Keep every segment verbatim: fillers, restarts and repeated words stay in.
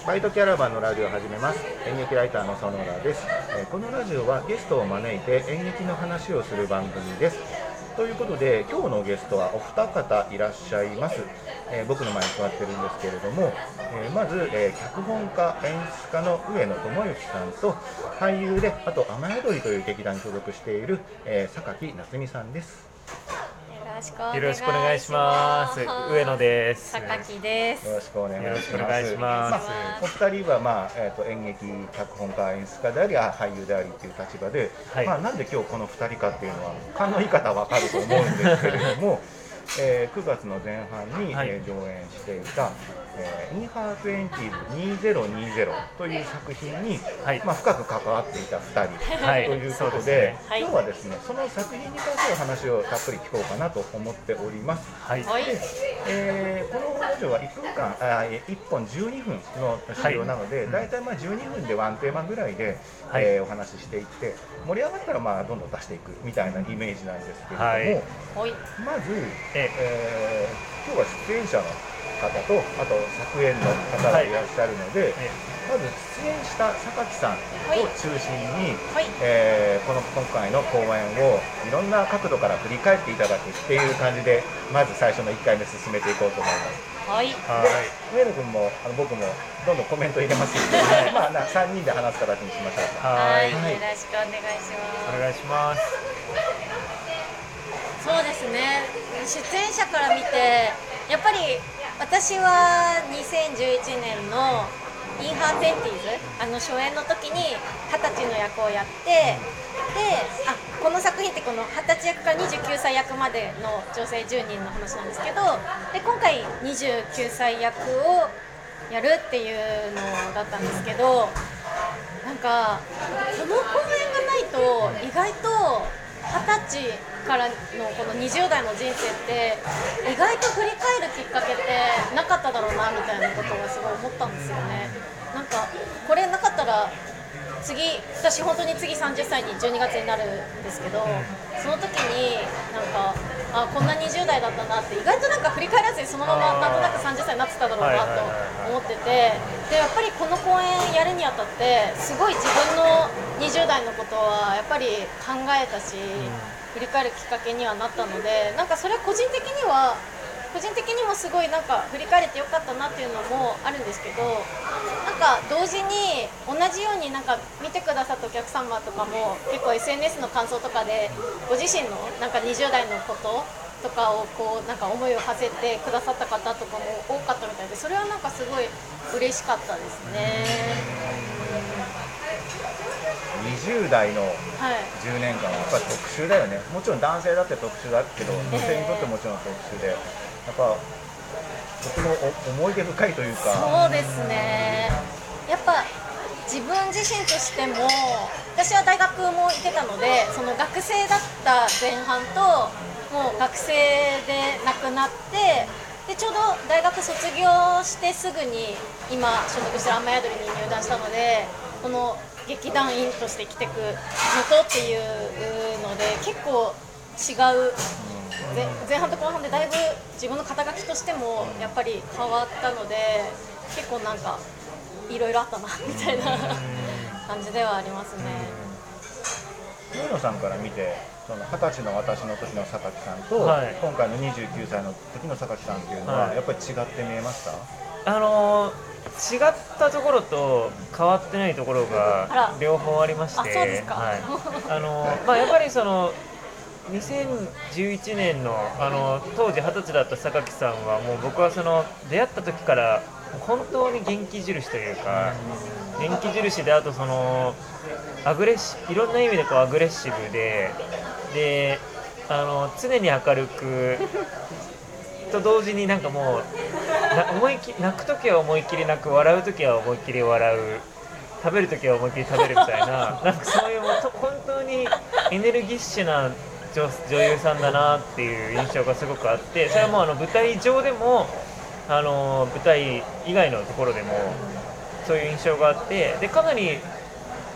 バイトキャラバンのラジオを始めます。演劇ライターの園田です。えーこのラジオはゲストを招いて演劇の話をする番組です。ということで、今日のゲストはお二方いらっしゃいます。えー僕の前に座ってるんですけれども、えーまず、えー脚本家演出家の上野智之さんと、俳優であと雨宿りという劇団に所属している、えー榊夏美さんです。 よろしくお願いします。上野です。 榊です。 よろしくお願いします。 よろしくお願いしますまあ、お二人は、まあえー、と演劇脚本家演出家でありあ俳優でありという立場で、 はいまあ、なんで今日この二人かっていうのは勘のいい方は分かると思うんですけれども、えー、くがつの前半に、 はいえー上演していた「えー、インハートエンティーズにせんにじゅう」という作品に、 はいまあ、深く関わっていたふたり、 はい、 ということで、 そうですね。 はい今日はですねその作品に関する話をたっぷり聞こうかなと思っております。 はい、 はい。 でえーこのラジオはいっぷんかん、あいっぽんじゅうにふんの資料なので、 はいだいたいまあじゅうにふんでワンテーマぐらいで、 はいえーお話ししていって盛り上がったらまあどんどん出していくみたいなイメージなんですけれども、 はいほい。 まず、 ええー今日は出演者の方とあと作演の方がいらっしゃるので、 えまず出演した榊さんを中心に、 はい。 えーこの今回の公演をいろんな角度から振り返っていただくっていう感じでまず最初のいっかいめ進めていこうと思います。 はい。 はで上野君もあの僕もどんどんコメント入れますので、まあ、なさんにんで話す形にしましょうい、 か。 はい、 よろしくお願いしまお願いします。 す。そうですね。出演者から見て、やっぱり私はにせんじゅういちねんのインハーテンティーズ、あの初演の時にはたちの役をやって、で、あ、この作品ってこのはたち役からにじゅうきゅうさい役までの女性じゅうにんの話なんですけど、で今回にじゅうきゅうさい役をやるっていうのだったんですけど、なんかこの公演がないと意外とはたちからのこのにじゅう代の人生って意外と振り返るきっかけってなかっただろうなみたいなことがすごい思ったんですよね。なんかこれなかったら次、私本当に次さんじゅっさいにじゅうにがつになるんですけど、その時になんかあこんなにじゅう代だったなって意外となんか振り返らずにそのままなんとなくさんじゅっさいになってただろうなと思ってて、でやっぱりこの公演やるにあたってすごい自分のにじゅう代のことはやっぱり考えたし、振り返るきっかけにはなったので、なんかそれは個人的には個人的にもすごいなんか振り返れてよかったなっていうのもあるんですけど、なんか同時に同じようになんか見てくださったお客様とかも結構 エスエヌエス の感想とかでご自身のなんかにじゅう代のこととかをこうなんか思いを馳せてくださった方とかも多かったみたいで、それはなんかすごい嬉しかったですね。 にじゅう代のはい。 じゅうねんかんはやっぱり特殊だよね。もちろん男性だって特殊だけど女性にとってもちろん特殊で、やっぱとてもお思い出深いというか。 そうですね。やっぱ自分自身としても、私は大学も行ってたので、その学生だった前半ともう学生で亡くなって、でちょうど大学卒業してすぐに今所属してる雨宿りに入団したので、この劇団員として来てくのとっていうので結構違う。で前半と後半でだいぶ自分の肩書きとしてもやっぱり変わったので、結構なんかいろいろあったなみたいな感じではありますね。 上野さんから見てそのはたちの私の時の榊さんと、 はい今回のにじゅうきゅうさいの時の榊さんっていうのは、 はいやっぱり違って見えました？ あのー違ったところと変わってないところあらが両方ありまして、 あそうですかはい、あのーまあやっぱりそのにせんじゅういちねんの、あの当時はたちだった榊さんはもう僕はその出会った時から本当に元気印というか、元気印で、あとそのアグレッシいろんな意味でこうアグレッシブで、であの常に明るくと同時になんかもうな思いき泣く時は思いっきり泣く、笑う時は思いっきり笑う、食べる時は思いっきり食べるみたいななんかそういうもうと本当にエネルギッシュな女, 女優さんだなっていう印象がすごくあって、それはもうあの舞台上でもあの舞台以外のところでもそういう印象があって、でかなり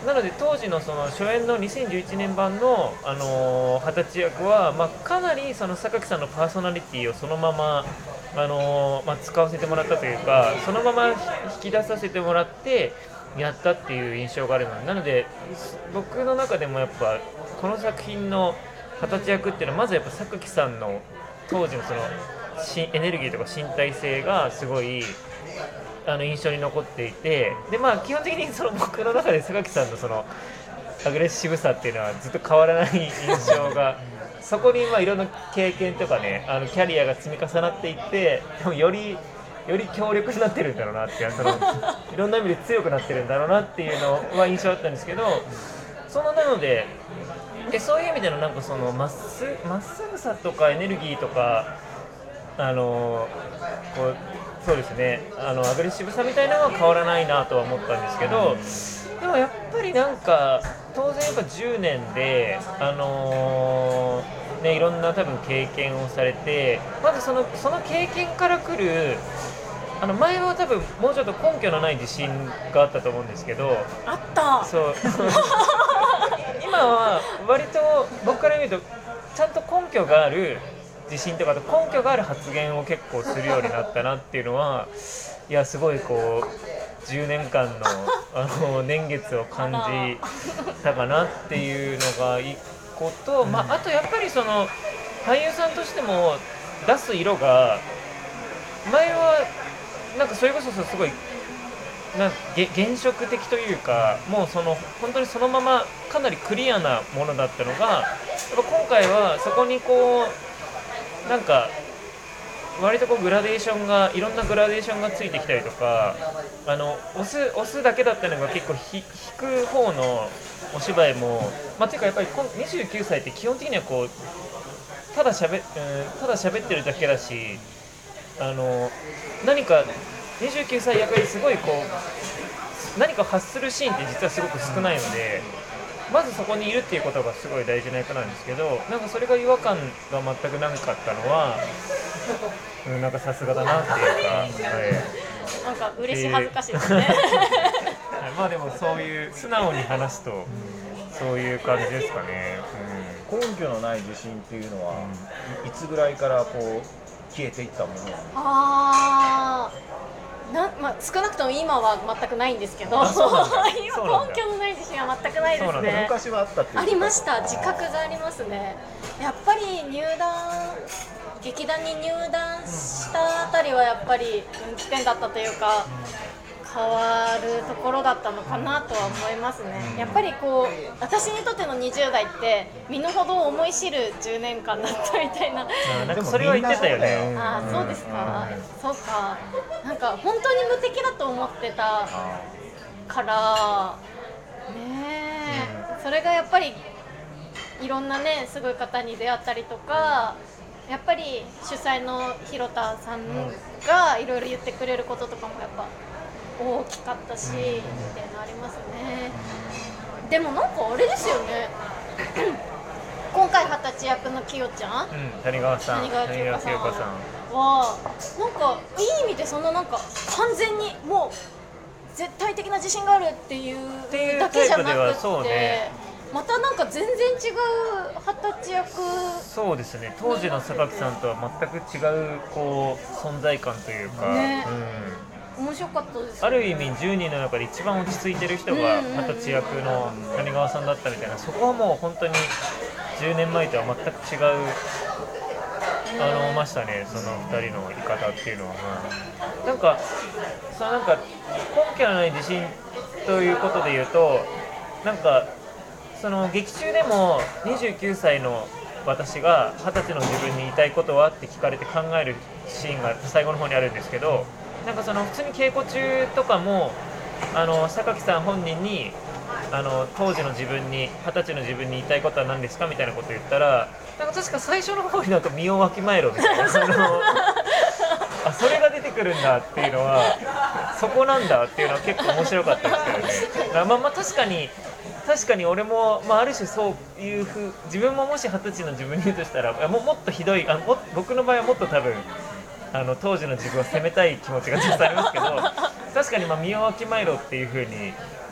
なので当時のその初演のにせんじゅういちねん版のあの二十歳役は、まあ、かなりその榊さんのパーソナリティをそのままあのまあ、使わせてもらったというか、そのまま引き出させてもらってやったっていう印象があるので、なので僕の中でもやっぱこの作品の二十歳役っていうのはまずやっぱ榊さんの当時のそのエネルギーとか身体性がすごいあの印象に残っていて、で、まあ、基本的にその僕の中で榊さんのそのアグレッシブさっていうのはずっと変わらない印象がそこにまあいろんな経験とかね、あのキャリアが積み重なっていってでもよりより強力になってるんだろうなっていう、そのいろんな意味で強くなってるんだろうなっていうのは印象だったんですけど、そのなのででそういう意味でのなんかそのまっすぐまっすぐさとかエネルギーとかあのこうそうですね、あのアグレッシブさみたいなのは変わらないなとは思ったんですけど、でもやっぱりなんか当然やっぱじゅうねんであのー、ねいろんな多分経験をされて、まずそのその経験から来るあの前は多分もうちょっと根拠のない自信があったと思うんですけど、 あったそう今は割と僕から見るとちゃんと根拠がある自信とか根拠がある発言を結構するようになったなっていうのは、いやすごいこうじゅうねんかんのあの年月を感じたかなっていうのが一個と、まあ、あとやっぱりその俳優さんとしても出す色が前はなんかそれこそすごいなん原色的というか、もうその本当にそのままかなりクリアなものだったのが、やっぱ今回はそこにこうなんか割とこうグラデーションがいろんなグラデーションがついてきたりとか、あの押す押すだけだったのが結構ひ引く方のお芝居も、まあ、ていうかやっぱりにじゅうきゅうさいって基本的にはこうただしゃべ、うん、ただ喋ってるだけだし、あの何かにじゅうきゅうさいやっぱりすごいこう何か発するシーンって実はすごく少ないので、まずそこにいるっていうことがすごい大事な役なんですけど、なんかそれが違和感が全くなかったのは、うん、なんかさすがだなっていうか、はい、 なんか嬉しい恥ずかしいですね、はい、 まあでもそういう素直に話すとそういう感じですかね、 うん、根拠のない自信っていうのは、うん、いつぐらいからこう消えていったものなんですか？ あな、まあ、少なくとも今は全くないんですけど、今根拠のない自信は全くないですね。 昔はあったっていう。 ありました。自覚がありますね。やっぱり入団劇団に入団したあたりはやっぱり分岐点だったというか、変わるところだったのかなとは思いますね。やっぱりこう私にとってのにじゅう代って身の程を思い知るじゅうねんかんだったみたいな。 なんかそれは言ってたよね。 ああ、そうですか、うん、そうか。なんか本当に無敵だと思ってたからねえ、それがやっぱりいろんなねすごい方に出会ったりとか、やっぱり主催の広田さんがいろいろ言ってくれることとかもやっぱ大きかったし、っていうのありますね。でもなんかあれですよね今回二十歳役のきよちゃん、うん、 谷川さん、 谷川清子さんはなんかいい意味でそのなんか完全にもう絶対的な自信があるっていうだけじゃなくて、ね、またなんか全然違う二十歳役。 そうですね、当時の榊さんとは全く違うこう存在感というか、 ね、 うん、 面白かったです、ね、 ある意味じゅうにんの中で一番落ち着いてる人が二十歳役の谷川さんだったみたいな、そこはもう本当にじゅうねんまえとは全く違うあのましたね、そのふたりの言い方っていうのは、うん、なんかそのなんか根拠のない自信ということで言うと、なんかその劇中でもにじゅうきゅうさいの私がはたちの自分に言いたいことはって聞かれて考えるシーンが最後の方にあるんですけど、なんかその普通に稽古中とかもあの榊さん本人にあの当時の自分にはたちの自分に言いたいことは何ですかみたいなことを言ったら、なんか確か最初の方になんか身をわきまえろみたいなそのあそれが出てくるんだっていうのはそこなんだっていうのは結構面白かったですけどね。まあまあ確かに確かに俺も、まあ、ある種そういうふう自分ももしはたちの自分に言うとしたら も, もっとひどいあも僕の場合はもっと多分あの当時の自分を責めたい気持ちが実際ありますけど確かにまあ身をわきまえろっていうふうに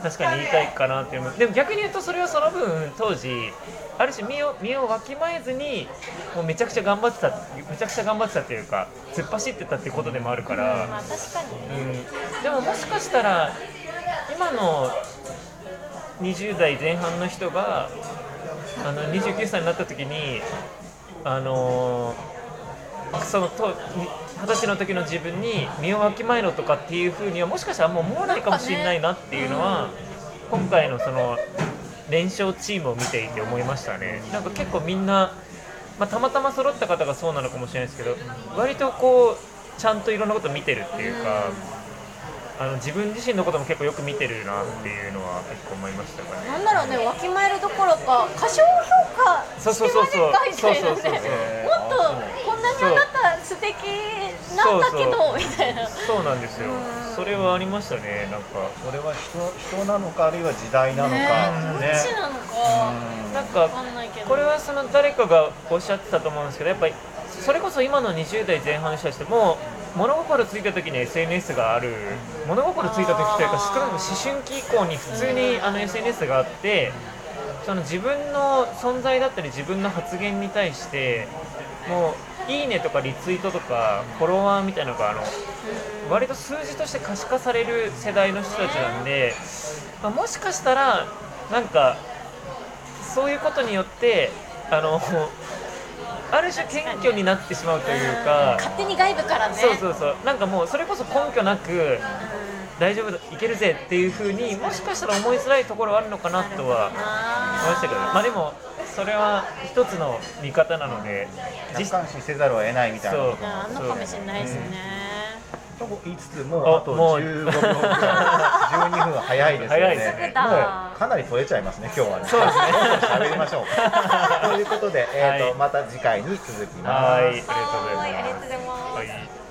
確かに言いたいかなっていうのも、でも逆に言うとそれはその分当時ある種身を身をわきまえずにもうめちゃくちゃ頑張ってためちゃくちゃ頑張ってたっていうか突っ走ってたってことでもあるから、 まあ確かに、 うん、でももしかしたら今のにじゅう代前半の人があのにじゅうきゅうさいになった時にあのー、そのとはたちの時の自分に身をわきまえろとかっていう風にはもしかしたらもう思わないかもしれないなっていうのは、今回のその連勝チームを見ていて思いましたね。なんか結構みんな、まあ、たまたま揃った方がそうなのかもしれないですけど、割とこうちゃんといろんなこと見てるっていうか、あの自分自身のことも結構よく見てるなっていうのは結構思いましたかね。 なんだろうね、わきまえるどころか過小評価してませんかみたいなね。もっとこんなにあなた素敵なんだけどみたいな。 そうなんですよ。それはありましたね。なんかそれは人人なのかあるいは時代なのかね、どっちなのか、 なんかわかんないけど、 これはその誰かがおっしゃってたと思うんですけど、やっぱりそれこそ今のにじゅう代前半の人たちってもう物心ついた時に エスエヌエス がある、物心ついた時というか少なくとも思春期以降に普通にあの エスエヌエス があって、その自分の存在だったり自分の発言に対してもういいねとかリツイートとかフォロワーみたいなのがあの割と数字として可視化される世代の人たちなんで、まあ、もしかしたらなんかそういうことによってあのある種謙虚になってしまうというか、 勝手に外部からね、 そうそうそう、なんかもうそれこそ根拠なく大丈夫だいけるぜっていう風にもしかしたら思いづらいところはあるのかなとは思いましたけど、まあでもそれは一つの見方なので客観視せざるを得ないみたいなことあんのかもしれないですね。 と言いつつもうあとじゅうごびょうぐらいじゅうにふん早いですよ早いね。 ですねもうかなり取れちゃいますね今日はね。 そうですね喋りましょう。ということで、えーとはいまた次回に続きます。 はい、ありがとうございます。 はい、ありがとうございます。 はい